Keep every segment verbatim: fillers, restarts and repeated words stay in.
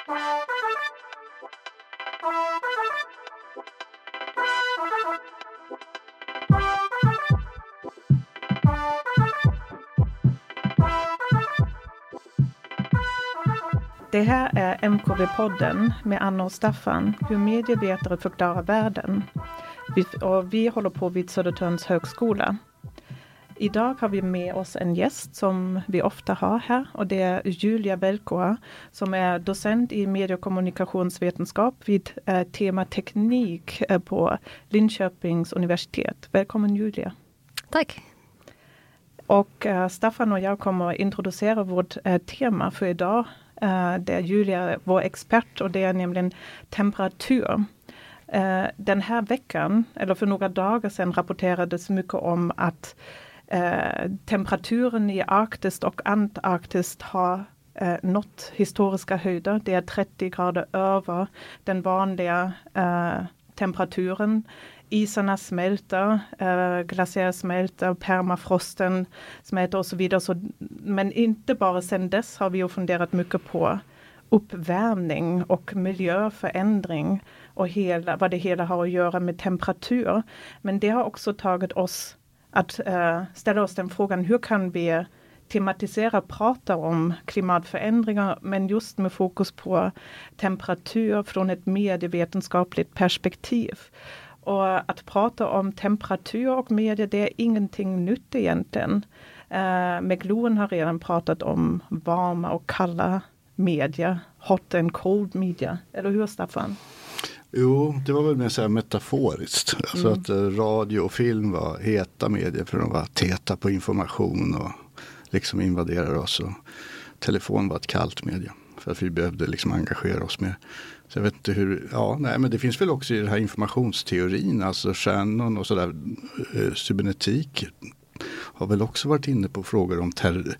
Det här är M K V-podden med Anna och Staffan, hur medievetare förklarar världen. Vi, och vi håller på vid Södertörns högskola. Idag har vi med oss en gäst som vi ofta har här, och det är Julia Velkoa som är docent i medie- och kommunikationsvetenskap vid eh, tema teknik eh, på Linköpings universitet. Välkommen Julia. Tack. Och eh, Staffan och jag kommer att introducera vårt eh, tema för idag. Uh, det är Julia, vår expert, och det är nämligen temperatur. Uh, den här veckan, eller för några dagar sedan, rapporterades mycket om att uh, temperaturen i Arktis och Antarktis har uh, nått historiska höjder. Det är trettio grader över den vanliga uh, temperaturen. Isarna smälter, äh, glaciärer smälter, permafrosten smälter och så vidare. Så, men inte bara sedan dess har vi ju funderat mycket på uppvärmning och miljöförändring och hela, vad det hela har att göra med temperatur. Men det har också tagit oss att äh, ställa oss den frågan, hur kan vi tematisera, prata om klimatförändringar, men just med fokus på temperatur från ett medievetenskapligt perspektiv. Och att prata om temperatur och media, det är ingenting nytt egentligen. Uh, McLuhan har redan pratat om varma och kalla media, hot and cold media. Eller hur, Staffan? Jo, det var väl mer så här metaforiskt. Mm. Alltså att uh, radio och film var heta medier för de var täta på information och liksom invaderade oss. Och telefon var ett kallt media för att vi behövde liksom engagera oss mer. Så jag vet inte hur, ja, nej, men det finns väl också i den här informationsteorin, alltså Shannon och sådär, eh, cybernetik har väl också varit inne på frågor om ter-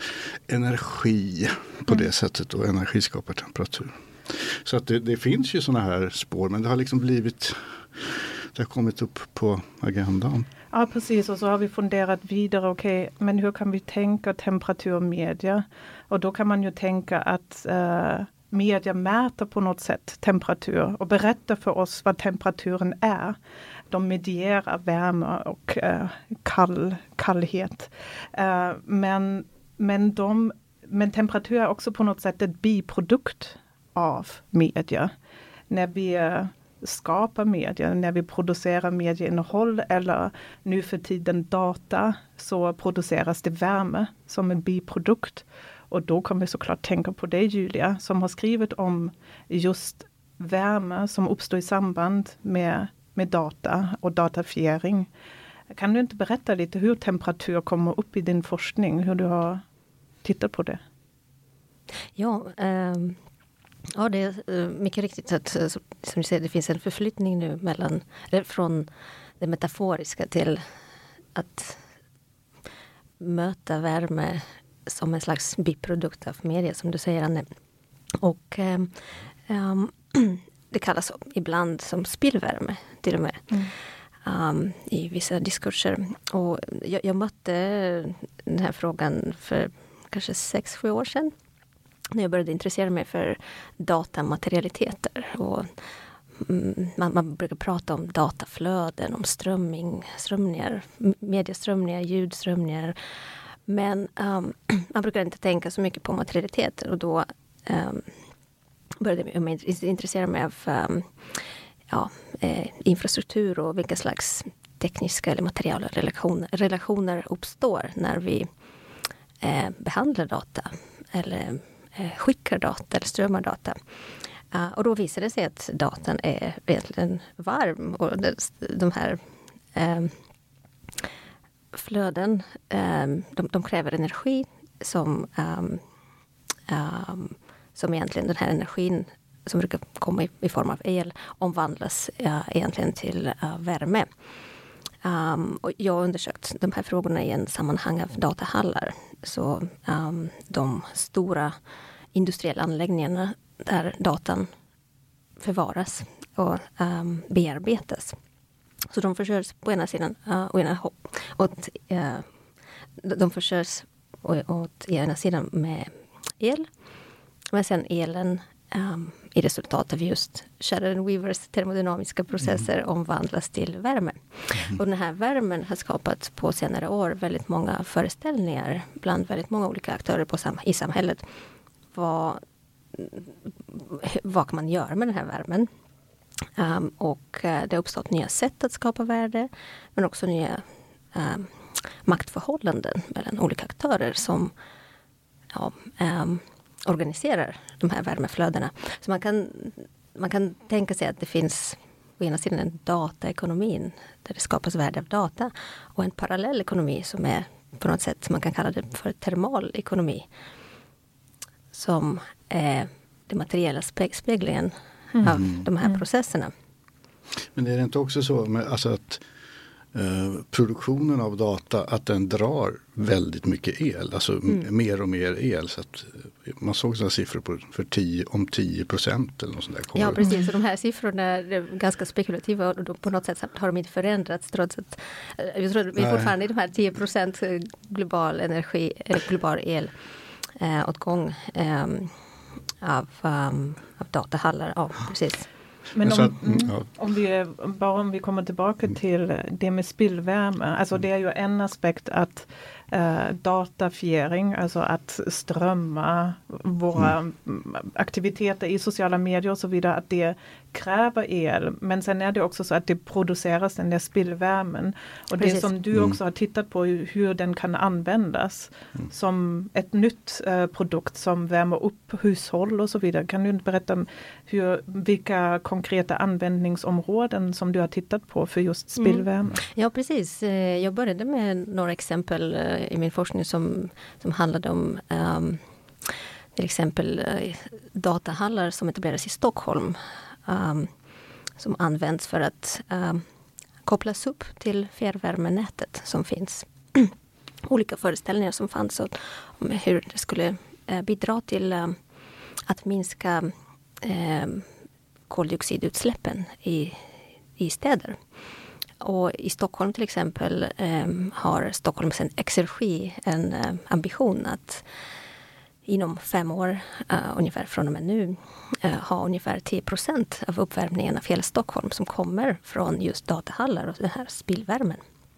energi på mm. det sättet, och energi skapar temperatur. Så att det, det finns ju sådana här spår, men det har liksom blivit, det har kommit upp på agendan. Ja, precis, och så har vi funderat vidare, okej, okay, men hur kan vi tänka temperatur och media? Och då kan man ju tänka att uh, media mäter på något sätt temperatur och berättar för oss vad temperaturen är. De medierar värme och uh, kall, kallhet. Uh, men, men, de, men temperatur är också på något sätt ett biprodukt av media. När vi uh, skapar media, när vi producerar medieinnehåll eller nu för tiden data, så produceras det värme som en biprodukt. Och då kommer vi såklart tänka på dig, Julia, som har skrivit om just värme som uppstår i samband med, med data och datafiering. Kan du inte berätta lite hur temperatur kommer upp i din forskning, hur du har tittat på det? Ja, um... Ja, det är mycket riktigt att, som du säger, det finns en förflyttning nu mellan, från det metaforiska till att möta värme som en slags biprodukt av media, som du säger, Anne. Och um, det kallas ibland som spillvärme till och med mm. um, i vissa diskurser. Och jag, jag mötte den här frågan för kanske sex, sju år sedan, när jag började intressera mig för datamaterialiteter. Och man, man brukar prata om dataflöden, om strömming, strömningar, medieströmningar, ljudströmningar. Men um, man brukar inte tänka så mycket på materialiteter. Och då um, började jag intressera mig av um, ja, eh, infrastruktur och vilka slags tekniska eller materiella relationer, relationer uppstår när vi eh, behandlar data eller skickar data eller strömmar data. Uh, och då visade det sig att datan är egentligen varm. Och de, de här um, flöden, um, de, de kräver energi som, um, um, som egentligen den här energin som brukar komma i, i form av el omvandlas uh, egentligen till uh, värme. Um, och jag har undersökt de här frågorna i en sammanhang av datahallar. Så um, de stora industriella anläggningarna där datan förvaras och um, bearbetas. Så de försöks på ena sidan uh, och ena, åt, uh, de försöks åt ena sidan med el. Men sen elen um, i resultat av just Sheridan-Weavers termodynamiska processer mm. omvandlas till värme. Mm. Och den här värmen har skapat på senare år väldigt många föreställningar bland väldigt många olika aktörer på sam- i samhället. Vad, vad kan man göra med den här värmen? Um, och uh, det har uppstått nya sätt att skapa värde, men också nya um, maktförhållanden mellan olika aktörer som ja, um, organiserar de här värmeflödena. Så man kan, man kan tänka sig att det finns å ena sidan en dataekonomin där det skapas värde av data och en parallell ekonomi som är på något sätt, man kan kalla det för termal ekonomi, som är det materiella speg- speglingen mm. av de här mm. processerna. Men är det inte också så med, alltså att eh, produktionen av data, att den drar väldigt mycket el, alltså mm. m- mer och mer el, så att man såg sådana siffror på för tio, om tio procent eller något sånt där. Ja, precis, och de här siffrorna är ganska spekulativa och då på något sätt har de inte förändrats trots att jag tror att vi är fortfarande i de här tio procent global energi, global el eh, åtgång eh, av, um, av datahallar. Ja, precis. Men om, mm, om, vi, bara om vi kommer tillbaka till det med spillvärme, alltså det är ju en aspekt att eh, datafiering, alltså att strömma våra mm. aktiviteter i sociala medier och så vidare, att det kräver el. Men sen är det också så att det produceras den där spillvärmen. Och Precis. Det som du också har tittat på, hur den kan användas mm. som ett nytt eh, produkt som värmer upp hushåll och så vidare. Kan du inte berätta om hur, vilka konkreta användningsområden som du har tittat på för just spillvärme? Mm. Ja, precis. Jag började med några exempel i min forskning som, som handlade om um, till exempel uh, datahallar som etableras i Stockholm. Um, som används för att um, kopplas upp till fjärrvärmenätet som finns. Olika föreställningar som fanns om hur det skulle uh, bidra till uh, att minska uh, koldioxidutsläppen i, i städer. Och i Stockholm till exempel um, har Stockholms Exergi en uh, ambition att inom fem år, uh, ungefär från och med nu, uh, ha ungefär tio procent av uppvärmningen av hela Stockholm som kommer från just datahallar och den här spillvärmen.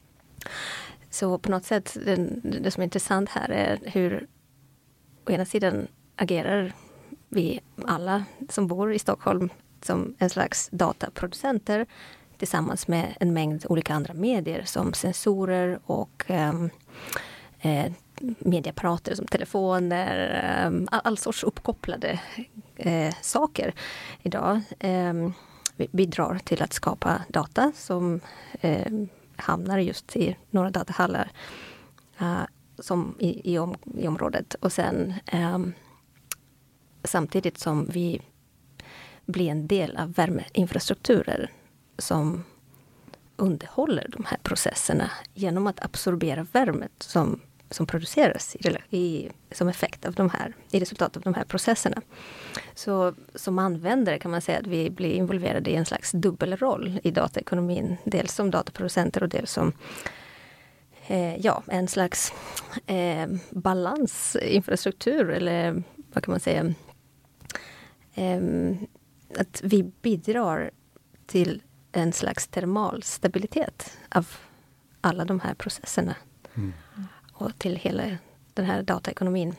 Så på något sätt, det, det som är intressant här är hur å ena sidan agerar vi alla som bor i Stockholm som en slags dataproducenter tillsammans med en mängd olika andra medier som sensorer och um, eh, medieapparater som telefoner, um, all, all sorts uppkopplade eh, saker idag eh, bidrar till att skapa data som eh, hamnar just i några datahallar uh, som i, i, om, i området. Och sen um, samtidigt som vi blir en del av värmeinfrastrukturer som underhåller de här processerna genom att absorbera värmet som, som produceras i, i, som effekt av de här, i resultat av de här processerna. Så som användare kan man säga att vi blir involverade i en slags dubbelroll i dataekonomin. Dels som dataproducenter och dels som eh, ja, en slags eh, balansinfrastruktur eller vad kan man säga, eh, att vi bidrar till en slags termal stabilitet av alla de här processerna mm. och till hela den här dataekonomin.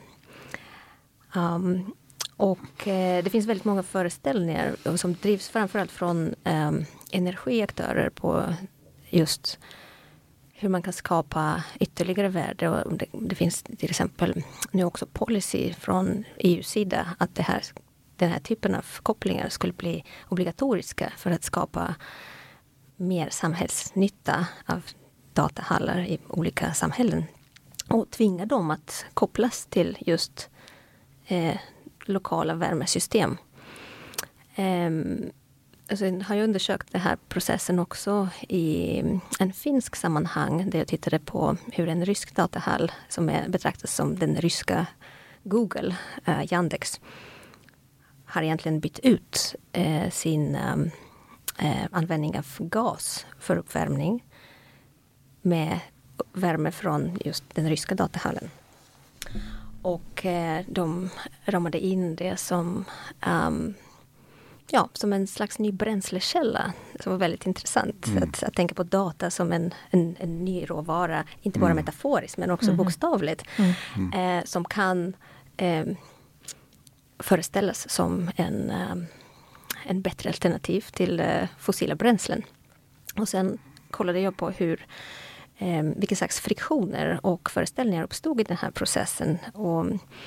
Um, och eh, det finns väldigt många föreställningar som drivs framförallt från eh, energiaktörer på just hur man kan skapa ytterligare värde. Och det, det finns till exempel nu också policy från E U-sida att det här den här typen av kopplingar skulle bli obligatoriska för att skapa mer samhällsnytta av datahallar i olika samhällen. Och tvinga dem att kopplas till just eh, lokala värmesystem. Eh, alltså, jag har undersökt den här processen också i en finsk sammanhang där jag tittade på hur en rysk datahall som är betraktas som den ryska Google, eh, Yandex, har egentligen bytt ut eh, sin eh, användning av gas för uppvärmning med värme från just den ryska datahallen. Och eh, de ramade in det som um, ja, som en slags ny bränslekälla som var väldigt intressant. Mm. Att, att tänka på data som en, en, en ny råvara, inte bara mm. metaforiskt men också mm. bokstavligt, mm. Eh, som kan eh, föreställas som en, eh, en bättre alternativ till eh, fossila bränslen. Och sen kollade jag på hur eh, vilka slags friktioner och föreställningar uppstod i den här processen. Och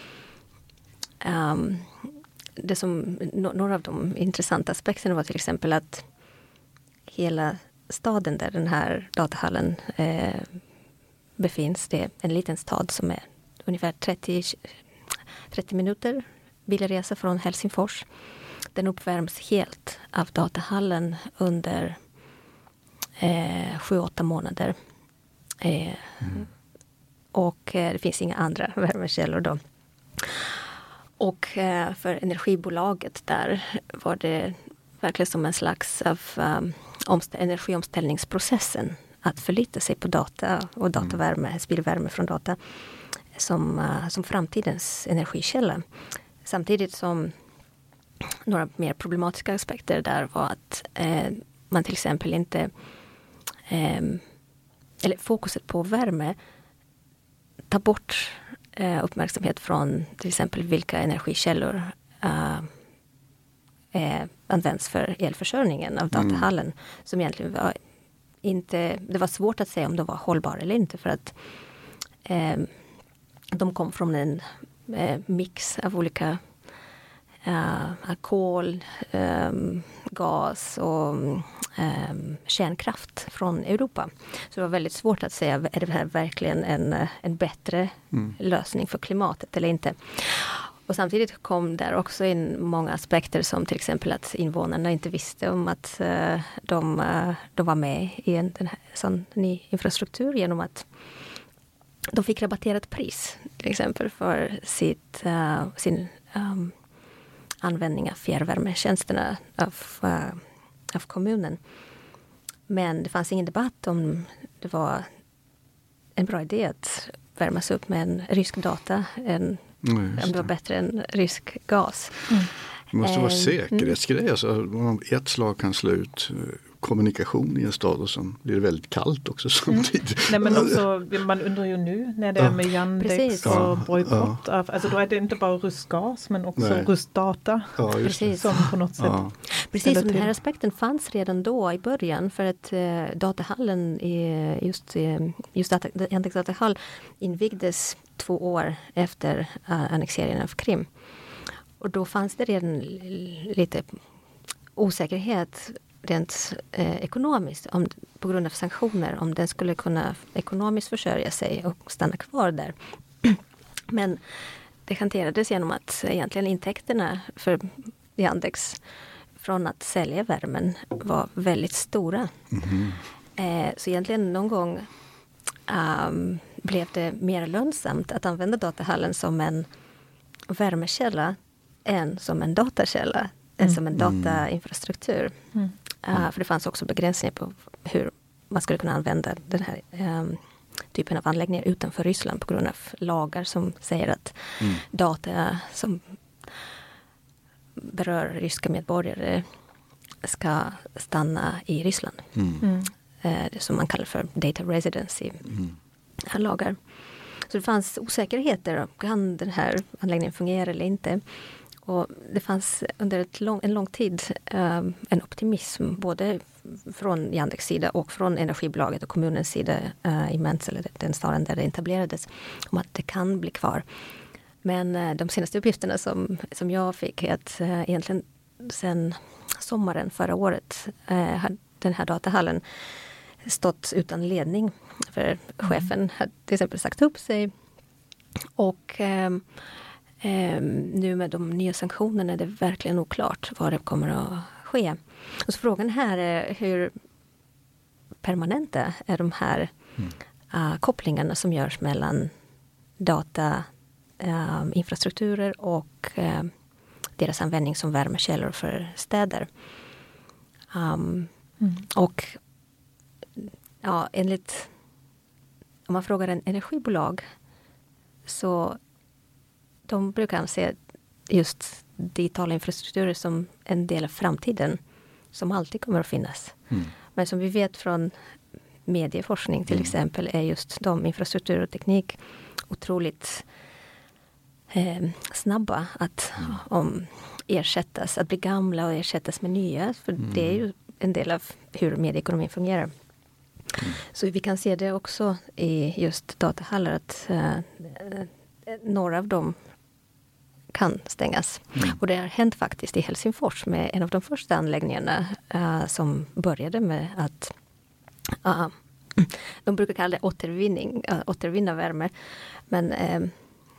um, det som, några av de intressanta aspekterna var till exempel att hela staden där den här datahallen eh, befinns, det är en liten stad som är ungefär trettio, trettio minuter bilresa från Helsingfors. Den uppvärms helt av datahallen under eh, sju, åtta månader. Eh, mm. Och eh, det finns inga andra värmekällor då. Och eh, för energibolaget där var det verkligen som en slags av um, omst- energiomställningsprocessen att förlita sig på data och datavärme, spillvärme från data som, uh, som framtidens energikälla. Samtidigt som några mer problematiska aspekter där var att eh, man till exempel inte eh, eller fokuset på värme tar bort eh, uppmärksamhet från till exempel vilka energikällor eh, eh, används för elförsörjningen av datahallen, mm. som egentligen var inte, det var svårt att säga om de var hållbara eller inte, för att eh, de kom från en eh, mix av olika Uh, kol, um, gas och um, kärnkraft från Europa. Så det var väldigt svårt att säga, är det här verkligen en, en bättre mm. lösning för klimatet eller inte. Och samtidigt kom där också in många aspekter som till exempel att invånarna inte visste om att uh, de, uh, de var med i en den här, sån ny infrastruktur genom att de fick rabatterat pris till exempel för sitt, uh, sin um, användning av fjärrvärmetjänsterna av, uh, av kommunen. Men det fanns ingen debatt om det var en bra idé att värmas upp med en rysk data, en, mm, om det var bättre än rysk gas. Mm. Det måste vara säkerhetsgrej. Alltså, om ett slag kan slå ut kommunikation i en stad och så blir det väldigt kallt också samtidigt. Mm. Nej, men också, man undrar ju nu när det är med Yandex ja. och bojkott. Ja. Alltså då är det inte bara rysk gas men också Nej. rysk data. Ja, Precis. Som på något sätt. Ja. Precis, som den här aspekten fanns redan då i början, för att eh, datahallen i, just, eh, just data, Yandex datahall invigdes två år efter uh, annexeringen av Krim. Och då fanns det redan lite osäkerhet rent eh, ekonomiskt om, på grund av sanktioner, om den skulle kunna ekonomiskt försörja sig och stanna kvar där. Men det hanterades genom att egentligen intäkterna för Yandex från att sälja värmen var väldigt stora. Mm-hmm. Eh, så egentligen någon gång um, blev det mer lönsamt att använda datahallen som en värmekälla än som en datakälla, mm. än som en datainfrastruktur. Mm. Uh, för det fanns också begränsningar på hur man skulle kunna använda den här um, typen av anläggningar utanför Ryssland på grund av lagar som säger att mm. data som berör ryska medborgare ska stanna i Ryssland. Mm. Mm. Uh, det som man kallar för data residency. Mm. Lagar. Så det fanns osäkerheter. Kan den här anläggningen fungera eller inte? Och det fanns under ett lång, en lång tid eh, en optimism både från Yandex sida och från energibolaget och kommunens sida eh, i Mensel, den staden där det etablerades, om att det kan bli kvar. Men eh, de senaste uppgifterna som, som jag fick är att eh, egentligen sedan sommaren förra året eh, hade den här datahallen stått utan ledning. För chefen hade till exempel sagt upp sig och eh, eh, nu med de nya sanktionerna är det verkligen oklart vad det kommer att ske. Och så frågan här är hur permanenta är de här mm. uh, kopplingarna som görs mellan data, uh, infrastrukturer och uh, deras användning som värmekällor för städer. Um, mm. Och ja, enligt, om man frågar en energibolag så de brukar anse just digitala infrastrukturer som en del av framtiden som alltid kommer att finnas. Mm. Men som vi vet från medieforskning till mm. exempel är just de infrastruktur och teknik otroligt eh, snabba att mm. om ersättas, att bli gamla och ersättas med nya. För mm. det är ju en del av hur medieekonomin fungerar. Mm. Så vi kan se det också i just datahallar att eh, några av dem kan stängas. Mm. Och det har hänt faktiskt i Helsingfors med en av de första anläggningarna uh, som började med att uh, de brukar kalla det återvinning, uh, återvinna värme. Men uh,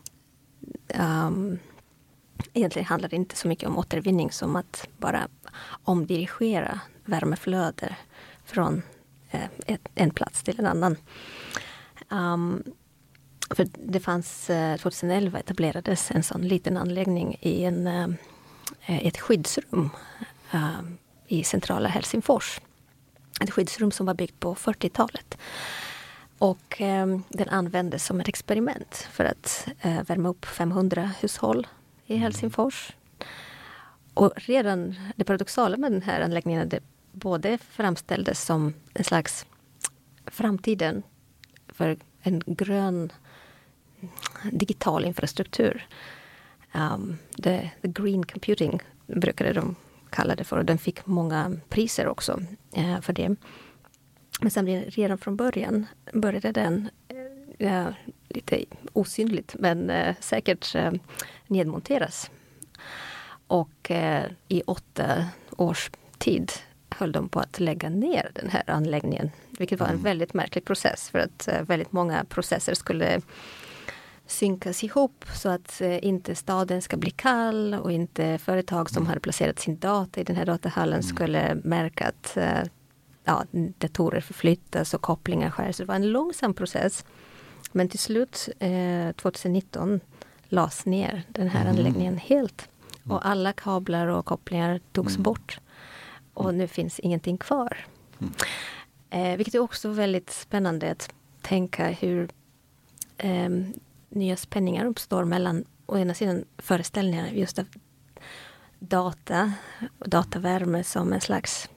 um, egentligen handlar det inte så mycket om återvinning som att bara omdirigera värmeflöde från uh, ett, en plats till en annan. Um, För det fanns, tjugoelva etablerades en sån liten anläggning i en, ett skyddsrum uh, i centrala Helsingfors. Ett skyddsrum som var byggt på fyrtiotalet. Och um, den användes som ett experiment för att uh, värma upp femhundra hushåll i Helsingfors. Och redan det paradoxala med den här anläggningen, det både framställdes som en slags framtiden för en grön digital infrastruktur. Um, the, the green computing brukade de kalla det för. Och den fick många priser också uh, för det. Men sen redan från början började den uh, lite osynligt men uh, säkert uh, nedmonteras. Och uh, i åtta års tid höll de på att lägga ner den här anläggningen. Vilket var en väldigt märklig process för att uh, väldigt många processer skulle synkas ihop så att eh, inte staden ska bli kall och inte företag som mm. hade placerat sin data i den här datahallen mm. skulle märka att eh, ja, datorer förflyttas och kopplingar skärs. Det var en långsam process. Men till slut eh, tjugonitton lades ner den här mm. anläggningen helt. Mm. Och alla kablar och kopplingar togs mm. bort. Och nu finns ingenting kvar. Mm. Eh, vilket är också väldigt spännande att tänka hur eh, nya spänningar uppstår mellan å ena sidan föreställningar just av data och datavärme som en slags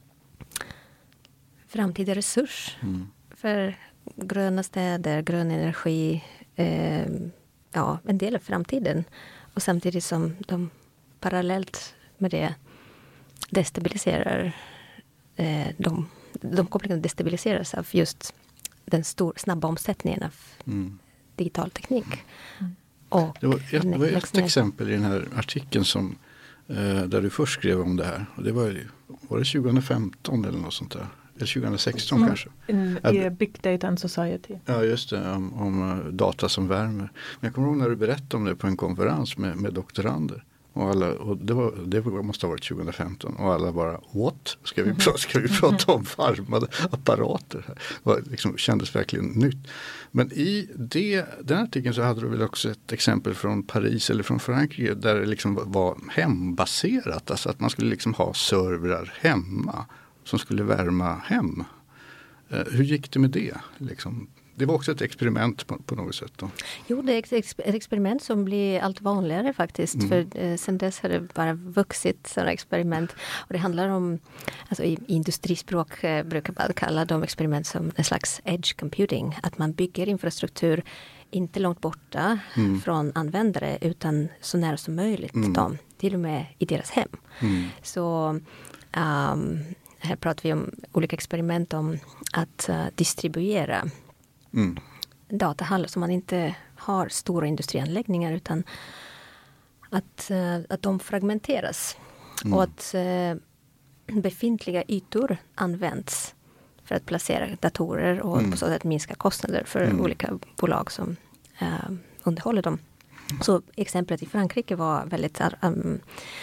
framtida resurs mm. för gröna städer, grön energi, eh, ja, en del av framtiden. Och samtidigt som de parallellt med det destabiliserar eh, de, de kopplingarna destabiliseras av just den stor, snabba omsättningen av mm. digital teknik. Mm. Och det var ett, det var ett exempel i den här artikeln som, eh, där du först skrev om det här. Och det var, var det tjugohundrafemton eller något sånt där? Eller tjugohundrasexton mm. kanske? In, I Big Data and Society. Ja, just det. Om, om data som värmer. Men jag kommer ihåg när du berättade om det på en konferens med, med doktorander. Och alla, och det, var, det måste ha varit tjugohundrafemton. Och alla bara, what? Ska vi, prata, ska vi prata om varmade apparater? Det var, liksom, kändes verkligen nytt. Men i det, den artikeln så hade du väl också ett exempel från Paris eller från Frankrike. Där det liksom var hembaserat. Alltså att man skulle liksom ha servrar hemma. Som skulle värma hem. Eh, hur gick det med det? Liksom? Det var också ett experiment på, på något sätt då. Jo, det är ett, ex- ett experiment som blir allt vanligare faktiskt. Mm. För eh, sen dess har det bara vuxit sådana experiment. Och det handlar om, alltså i industrispråk eh, brukar man kalla de experiment som en slags edge computing. Att man bygger infrastruktur inte långt borta mm. från användare utan så nära som möjligt mm. dem. Till och med i deras hem. Mm. Så um, här pratar vi om olika experiment om att uh, distribuera Mm. datahallar som man inte har stora industrianläggningar utan att, att de fragmenteras mm. och att eh, befintliga ytor används för att placera datorer och mm. på så sätt minska kostnader för mm. olika bolag som eh, underhåller dem. Så exemplet i Frankrike var väldigt um,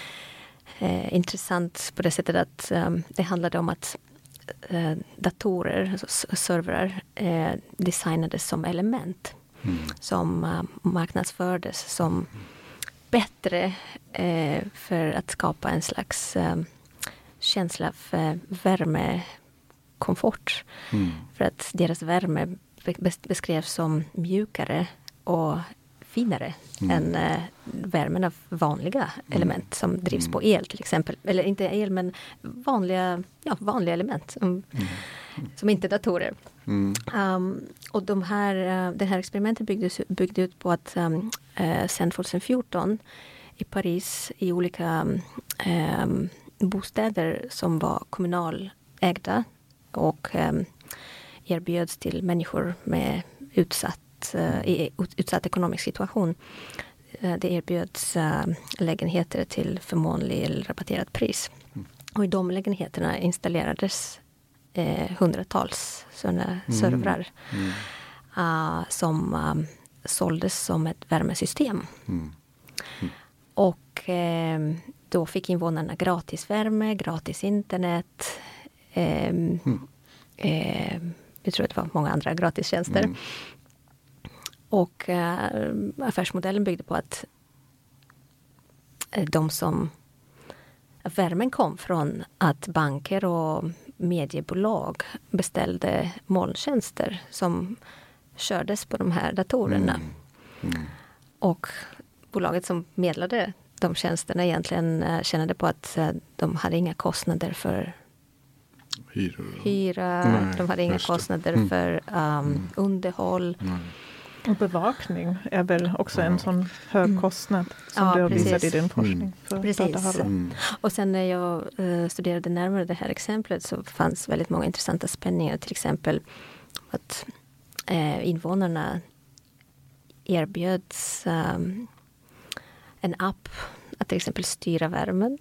eh, intressant på det sättet att um, det handlade om att Eh, datorer, alltså servrar eh, designades som element mm. som eh, marknadsfördes som bättre eh, för att skapa en slags eh, känsla för värmekomfort. Mm. För att deras värme beskrevs som mjukare och finare Mm. än eh, värmen av vanliga Mm. element som drivs Mm. på el till exempel. Eller inte el, men vanliga, ja, vanliga element som, Mm. som inte är datorer. Mm. Um, och de här, uh, det här experimentet byggdes, byggde ut på att um, uh, sen tjugohundrafjorton i Paris i olika um, bostäder som var kommunalägda och um, erbjöds till människor med utsatt, uh, i utsatt ekonomisk situation. Uh, det erbjöds uh, lägenheter till förmånlig eller rabatterat pris. Mm. Och i de lägenheterna installerades eh, hundratals sådana servrar Mm. uh, som um, såldes som ett värmesystem. Mm. Mm. Och eh, då fick invånarna gratis värme, gratis internet. Eh, Mm. eh, jag tror att det var många andra gratistjänster. Mm. Och eh, affärsmodellen byggde på att eh, de som värmen kom från att banker och mediebolag beställde molntjänster som kördes på de här datorerna. Mm. Mm. Och bolaget som medlade de tjänsterna egentligen uh, tjänade på att uh, de hade inga kostnader för Hyror. hyra, Nej, de hade inga just det. kostnader Mm. för um, Mm. underhåll. Nej. Och bevakning är väl också en sån hög Mm. kostnad som Ja, du har visat precis. i din forskning. Mm. För Precis. datahallar. Mm. Och sen när jag uh, studerade närmare det här exemplet så fanns väldigt många intressanta spänningar. Till exempel att uh, invånarna erbjöds um, en app att till exempel styra värmen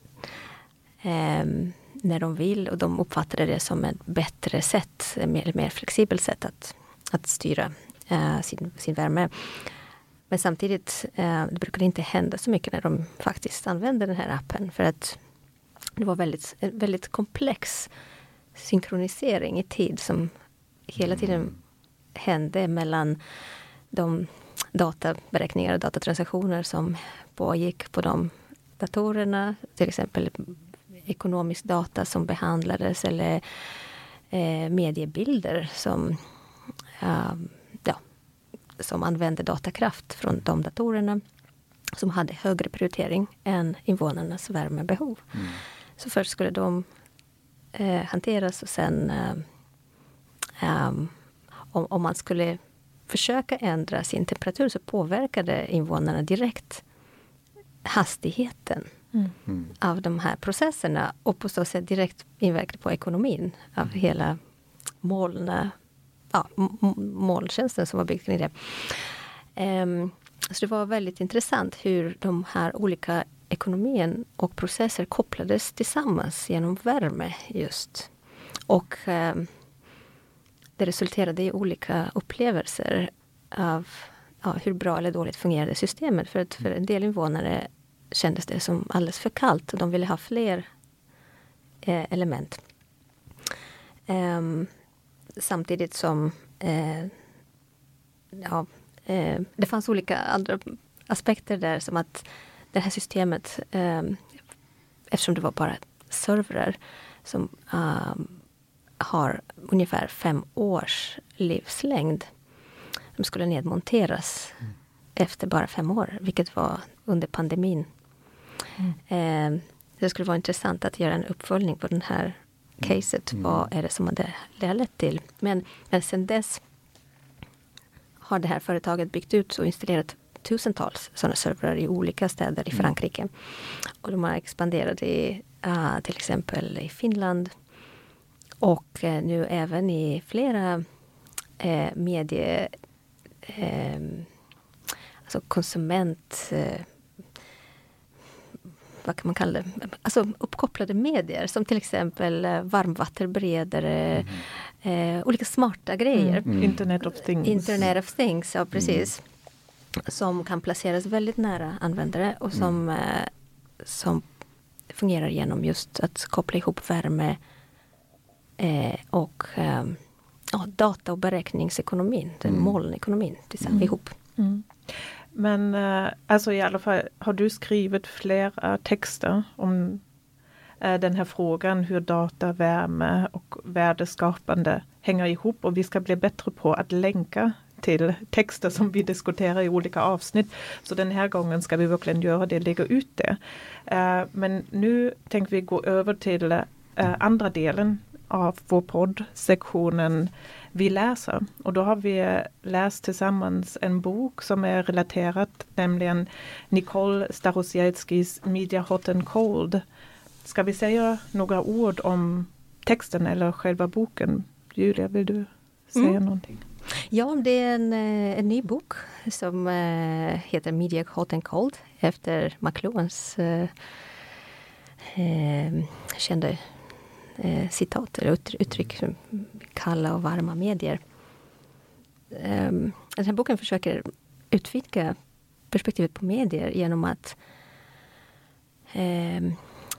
um, när de vill, och de uppfattade det som ett bättre sätt, ett mer, mer flexibelt sätt att, att styra uh, sin, sin värme. Men samtidigt, uh, det brukade inte hända så mycket när de faktiskt använde den här appen, för att det var väldigt, en väldigt komplex synkronisering i tid som hela tiden hände mellan de databeräkningar och datatransaktioner som pågick på de datorerna, till exempel ekonomisk data som behandlades eller eh, mediebilder som, eh, ja, som använde datakraft från de datorerna som hade högre prioritering än invånarnas värmebehov. Mm. Så först skulle de eh, hanteras och sen eh, um, om, om man skulle försöka ändra sin temperatur så påverkade invånarna direkt hastigheten Mm. Mm. av de här processerna och på så sätt direkt inverkade på ekonomin av hela molna, ja, m- molntjänsten som var byggd kring det. Um, så det var väldigt intressant hur de här olika ekonomien och processer kopplades tillsammans genom värme just. Och um, det resulterade i olika upplevelser av ja, hur bra eller dåligt fungerade systemet. För att för en del invånare kändes det som alldeles för kallt och de ville ha fler eh, element. Um, samtidigt som eh, ja, eh, det fanns olika andra aspekter där, som att det här systemet, eh, eftersom det var bara servrar som um, har ungefär fem års livslängd. De skulle nedmonteras mm. efter bara fem år, vilket var under pandemin. Mm. Eh, det skulle vara intressant att göra en uppföljning på den här caset. Mm. Vad är det som det har lett till? Men, men sen dess har det här företaget byggt ut och installerat tusentals sådana servrar i olika städer i Frankrike. Mm. Och de har expanderat i uh, till exempel i Finland. Och eh, nu även i flera eh, medie... Eh, alltså konsument... Eh, vad kan man kalla det? Alltså uppkopplade medier som till exempel eh, varmvattenberedare, mm. eh, olika smarta grejer. Mm. Internet of things. Internet of things, ja precis. Mm. Som kan placeras väldigt nära användare och som, mm. eh, som fungerar genom just att koppla ihop värme eh, och eh, ja, data- och beräkningsekonomin, den mm. molnekonomin tillsammans mm. ihop. Mm. Men äh, alltså i alla fall har du skrivit flera texter om äh, den här frågan hur data, värme och värdeskapande hänger ihop, och vi ska bli bättre på att länka till texter som vi diskuterar i olika avsnitt. Så den här gången ska vi verkligen göra det, lägga ut det. Uh, men nu tänker vi gå över till uh, andra delen av vår podd, sektionen Vi läser. Och då har vi läst tillsammans en bok som är relaterad, nämligen Nicole Starosielskis Media Hot and Cold. Ska vi säga några ord om texten eller själva boken? Julia, vill du säga mm. någonting? Ja, det är en, en ny bok som uh, heter Media Hot and Cold efter McLuhans uh, uh, kände uh, citat eller ut, uttryck som kalla och varma medier. Um, den här boken försöker utvidga perspektivet på medier genom att um,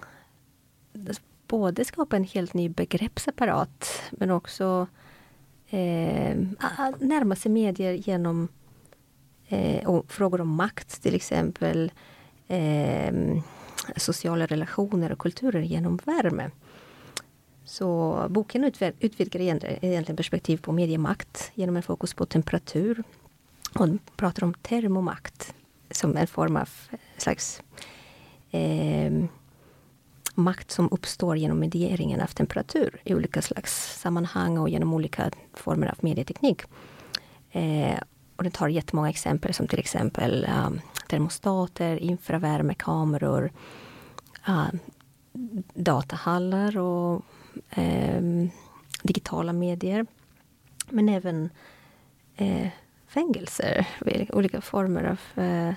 både skapa en helt ny begreppsapparat men också eh, närma sig medier genom eh, och frågor om makt till exempel, eh, sociala relationer och kulturer genom värme. Så boken utvidgar egentligen perspektiv på mediemakt genom en fokus på temperatur och pratar om termomakt som en form av slags eh, makt som uppstår genom medieringen av temperatur i olika slags sammanhang och genom olika former av medieteknik. Eh, och den tar jättemånga exempel som till exempel um, termostater, infravärmekameror, uh, datahallar och um, digitala medier. Men även uh, fängelser, olika former av uh,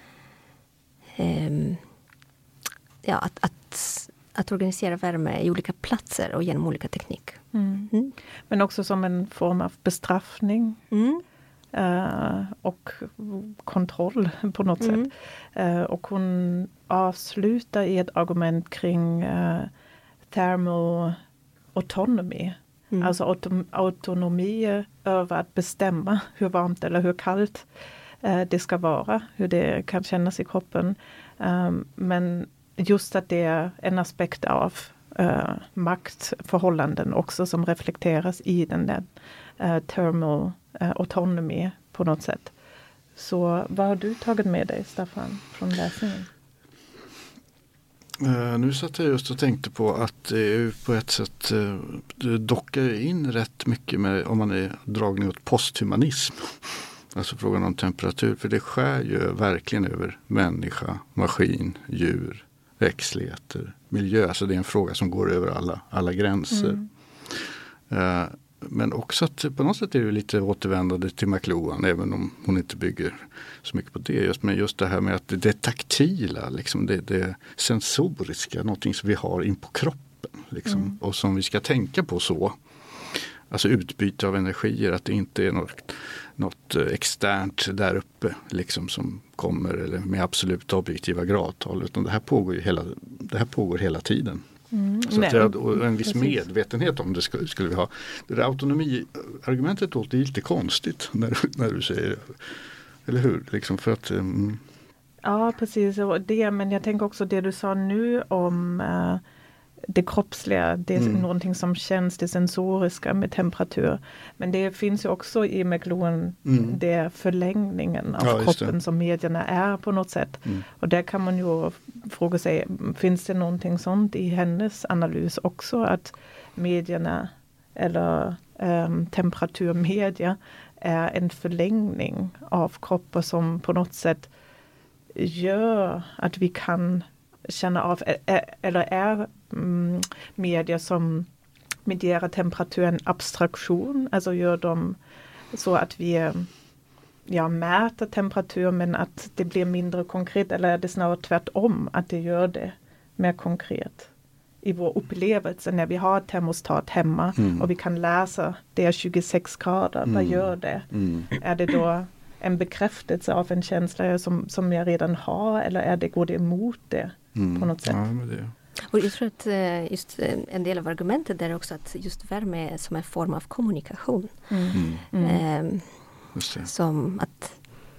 um, ja, att, att, att organisera värme i olika platser och genom olika teknik. Mm. Mm. Men också som en form av bestraffning mm. uh, och kontroll på något mm. sätt. Uh, och hon avslutar i ett argument kring uh, thermal autonomy. Mm. Alltså autom- autonomi över att bestämma hur varmt eller hur kallt uh, det ska vara. Hur det kan kännas i kroppen. Um, men just att det är en aspekt av uh, maktförhållanden också som reflekteras i den där uh, thermal uh, autonomy på något sätt. Så vad har du tagit med dig, Staffan, från läsningen? Uh, nu satt jag just och tänkte på att det är på ett sätt uh, det dockar in rätt mycket med om man är dragning åt posthumanism. Alltså frågan om temperatur, för det skär ju verkligen över människa, maskin, djur, växtligheter, miljö. Alltså det är en fråga som går över alla, alla gränser. Mm. Uh, men också att på något sätt är det lite återvändande till McLuhan, även om hon inte bygger så mycket på det. Just, men just det här med att det, det taktila, liksom det, det sensoriska, någonting som vi har in på kroppen. Liksom, mm. Och som vi ska tänka på så. Alltså utbyte av energier, att det inte är något, något externt där uppe liksom, som kommer eller med absolut objektiva gradtal, utan det här pågår ju hela, det här pågår hela tiden. Mm, så att jag, och en viss precis. medvetenhet om det skulle, skulle vi ha. Det där autonomiargumentet låter lite konstigt när, när du säger, eller hur? Liksom för att, um... Ja, precis. Och det, men jag tänker också det du sa nu om uh, det kroppsliga, det är mm. någonting som känns, det sensoriska med temperatur. Men det finns ju också i McLuhan mm. det förlängningen av ja, kroppen som medierna är på något sätt. Mm. Och där kan man ju fråga sig, finns det någonting sånt i hennes analys också, att medierna eller um, temperaturmedia är en förlängning av kroppar som på något sätt gör att vi kan känna av, eller är mm, media som medierar temperatur en abstraktion, alltså gör de så att vi ja, mäter temperatur men att det blir mindre konkret, eller är det snarare tvärtom att det gör det mer konkret i vår upplevelse när vi har ett termostat hemma mm. och vi kan läsa det är tjugosex grader, mm. vad gör det? Mm. Är det då en bekräftelse av en känsla som, som jag redan har, eller är det, går det emot det mm. på något sätt? Ja, men det. Och jag tror att just en del av argumentet är också att just värme är som en form av kommunikation. Mm. Mm. Mm. Som att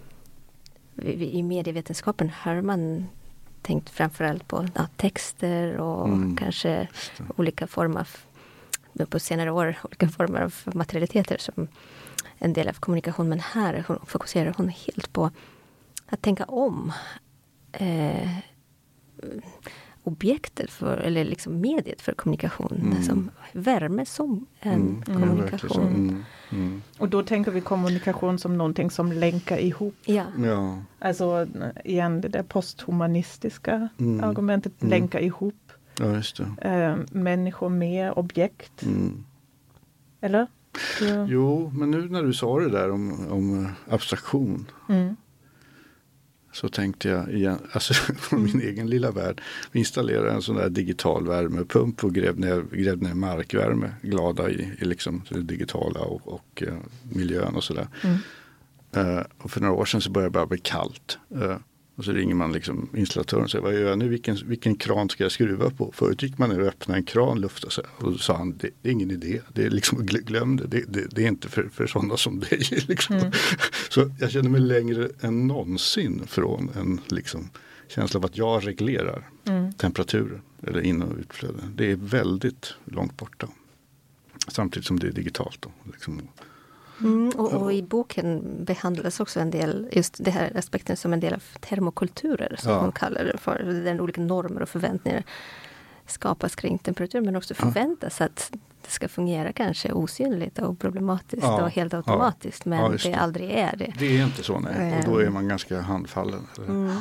i medievetenskapen har man tänkt framförallt på ja, texter och mm. kanske olika former av, på senare år, olika former av materialiteter som en del av kommunikation. Men här fokuserar hon helt på att tänka om eh, objektet för, eller liksom mediet för kommunikation. Mm. Som värme som en mm. kommunikation. Mm. Mm. Och då tänker vi kommunikation som någonting som länkar ihop. Ja. Ja. Alltså igen det där posthumanistiska mm. argumentet, mm. länka ihop. Ja, just det. Äh, människor med objekt. Mm. Eller? Ja. Jo, men nu när du sa det där om, om abstraktion. Mm. Så tänkte jag igen, alltså från min egen lilla värld. Vi installerade en sån där digital värmepump och grävde ner, grävde ner markvärme. Glada i, i liksom det digitala och, och uh, miljön och sådär. Mm. Uh, och för några år sedan så började det bara bli kallt. Uh, och så ringer man liksom installatören och säger, vad gör jag nu? Vilken, vilken kran ska jag skruva på? Förut gick man ner och öppnade en kran, luftade sig. Och då sa han, det, det är ingen idé. Det är liksom, glöm det. Det, det, det är inte för, för sådana som dig. Liksom. Mm. Så jag känner mig längre än någonsin från en liksom, känsla av att jag reglerar mm. temperaturen eller in- och utflöde. Det är väldigt långt borta. Samtidigt som det är digitalt då. Liksom. Mm, och, och i boken behandlas också en del, just det här aspekten som en del av termokulturer som ja. hon kallar det för. Där olika normer och förväntningar skapas kring temperatur, men också förväntas ja. att det ska fungera kanske osynligt och problematiskt ja. och helt automatiskt, ja. men ja, det. det aldrig är det. Det är inte så, nej. Och då är man ganska handfallen. Mm.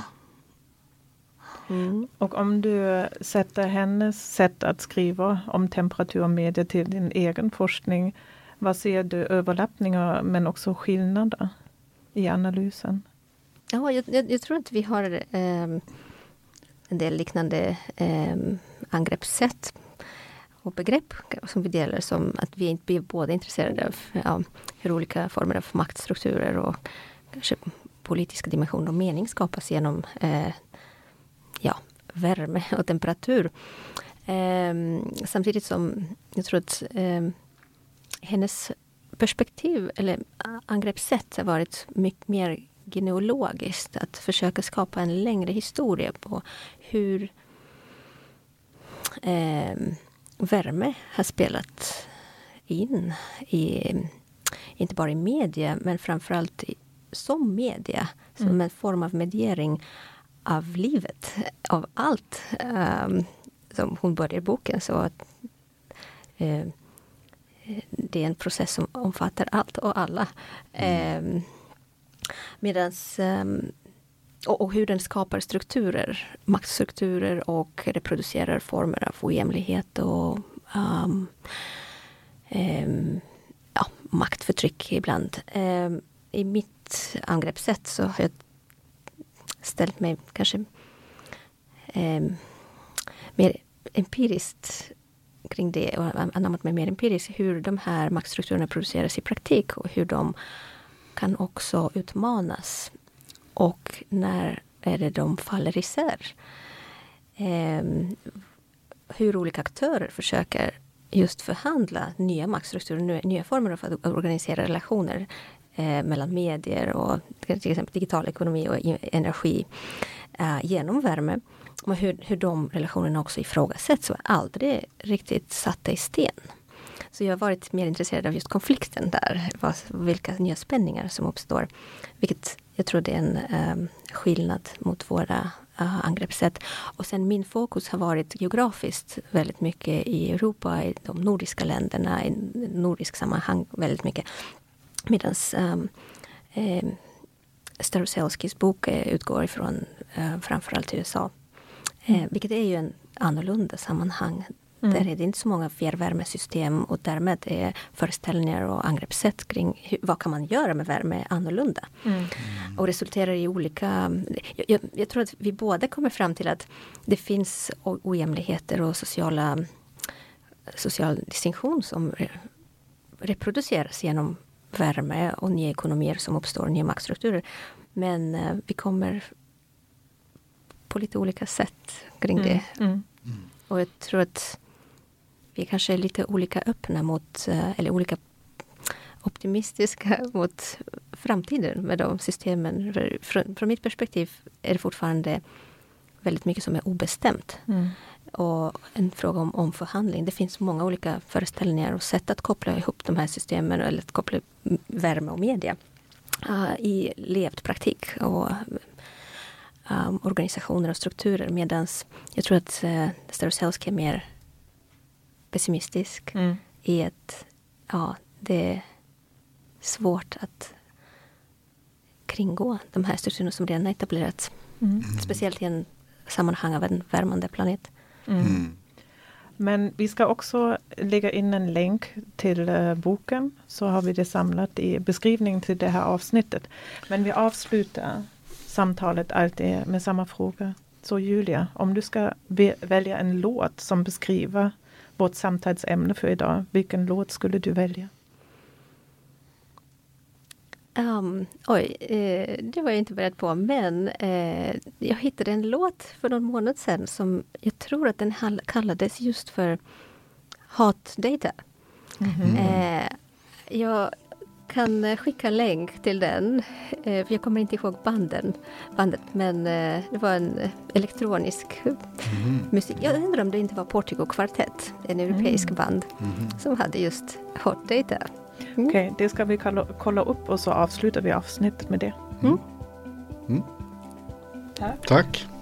Mm. Och om du sätter hennes sätt att skriva om temperatur och media till din egen forskning, vad ser du överlappningar men också skillnader i analysen? Ja, jag, jag, jag tror att vi har eh, en del liknande eh, angreppssätt och begrepp som vi delar, som att vi inte blir båda intresserade av ja, hur olika former av maktstrukturer och kanske politiska dimensioner och mening skapas genom eh, ja, värme och temperatur. Eh, samtidigt som jag tror att eh, hennes perspektiv eller angreppssätt har varit mycket mer genealogiskt. Att försöka skapa en längre historia på hur eh, värme har spelat in i, inte bara i media, men framförallt i, som media. Mm. Som en form av mediering av livet, av allt. Um, som hon börjar i boken. Så att uh, det är en process som omfattar allt och alla. Mm. Um, medans, um, och, och hur den skapar strukturer, maktstrukturer och reproducerar former av ojämlikhet och um, um, ja, maktförtryck ibland. Um, I mitt angreppssätt så har jag ställt mig kanske um, mer empiriskt kring det och anammat mig mer empiriskt hur de här maktstrukturerna produceras i praktik och hur de kan också utmanas och när är det de faller isär. Eh, hur olika aktörer försöker just förhandla nya maktstrukturer, nya former av att organisera relationer eh, mellan medier och till exempel digital ekonomi och energi eh, genom värme. Och hur, hur de relationerna också ifrågasätts och aldrig riktigt satta i sten. Så jag har varit mer intresserad av just konflikten där. Vad, vilka nya spänningar som uppstår. Vilket jag tror det är en um, skillnad mot våra uh, angreppssätt. Och sen min fokus har varit geografiskt väldigt mycket i Europa, i de nordiska länderna, i nordisk sammanhang väldigt mycket. Medan um, um, Staroselskis bok uh, utgår ifrån uh, framförallt U S A. Eh, vilket är ju en annorlunda sammanhang. Mm. Där är det inte så många fjärrvärmesystem och därmed är föreställningar och angreppssätt kring hur, vad kan man göra med värme annorlunda. Mm. Mm. Och resulterar i olika... Jag, jag, jag tror att vi båda kommer fram till att det finns ojämlikheter och sociala social distinktion som re, reproduceras genom värme och nya ekonomier som uppstår, nya maktstrukturer. Men eh, vi kommer på lite olika sätt kring det. Mm. Mm. Och jag tror att vi kanske är lite olika öppna mot, eller olika optimistiska mot framtiden med de systemen. Från, från mitt perspektiv är det fortfarande väldigt mycket som är obestämt. Mm. och en fråga om omförhandling. Det finns många olika föreställningar och sätt att koppla ihop de här systemen eller att koppla värme och media uh, i levd praktik och um, organisationer och strukturer. Medan jag tror att uh, Starosielski är mer pessimistisk mm. i att ja, det är svårt att kringgå de här strukturerna som redan har etablerats. Mm. Speciellt i en sammanhang av en värmande planet. Mm. Mm. Men vi ska också lägga in en länk till uh, boken. Så har vi det samlat i beskrivningen till det här avsnittet. Men vi avslutar samtalet alltid med samma fråga. Så Julia, om du ska be- välja en låt som beskriver vårt samtalsämne för idag. Vilken låt skulle du välja? Um, oj, eh, det var jag inte beredd på. Men eh, jag hittade en låt för någon månad sedan som jag tror att den hall- kallades just för Hot Data. Mm-hmm. Eh, jag kan skicka länk till den. Eh, för jag kommer inte ihåg banden, bandet. Men eh, det var en elektronisk mm-hmm. musik. Jag undrar om det inte var Portico Quartet. En europeisk mm. band mm-hmm. som hade just Hot Data. Mm. Okej, okay, det ska vi kolla, kolla upp och så avslutar vi avsnittet med det. Mm. Mm. Tack. Tack.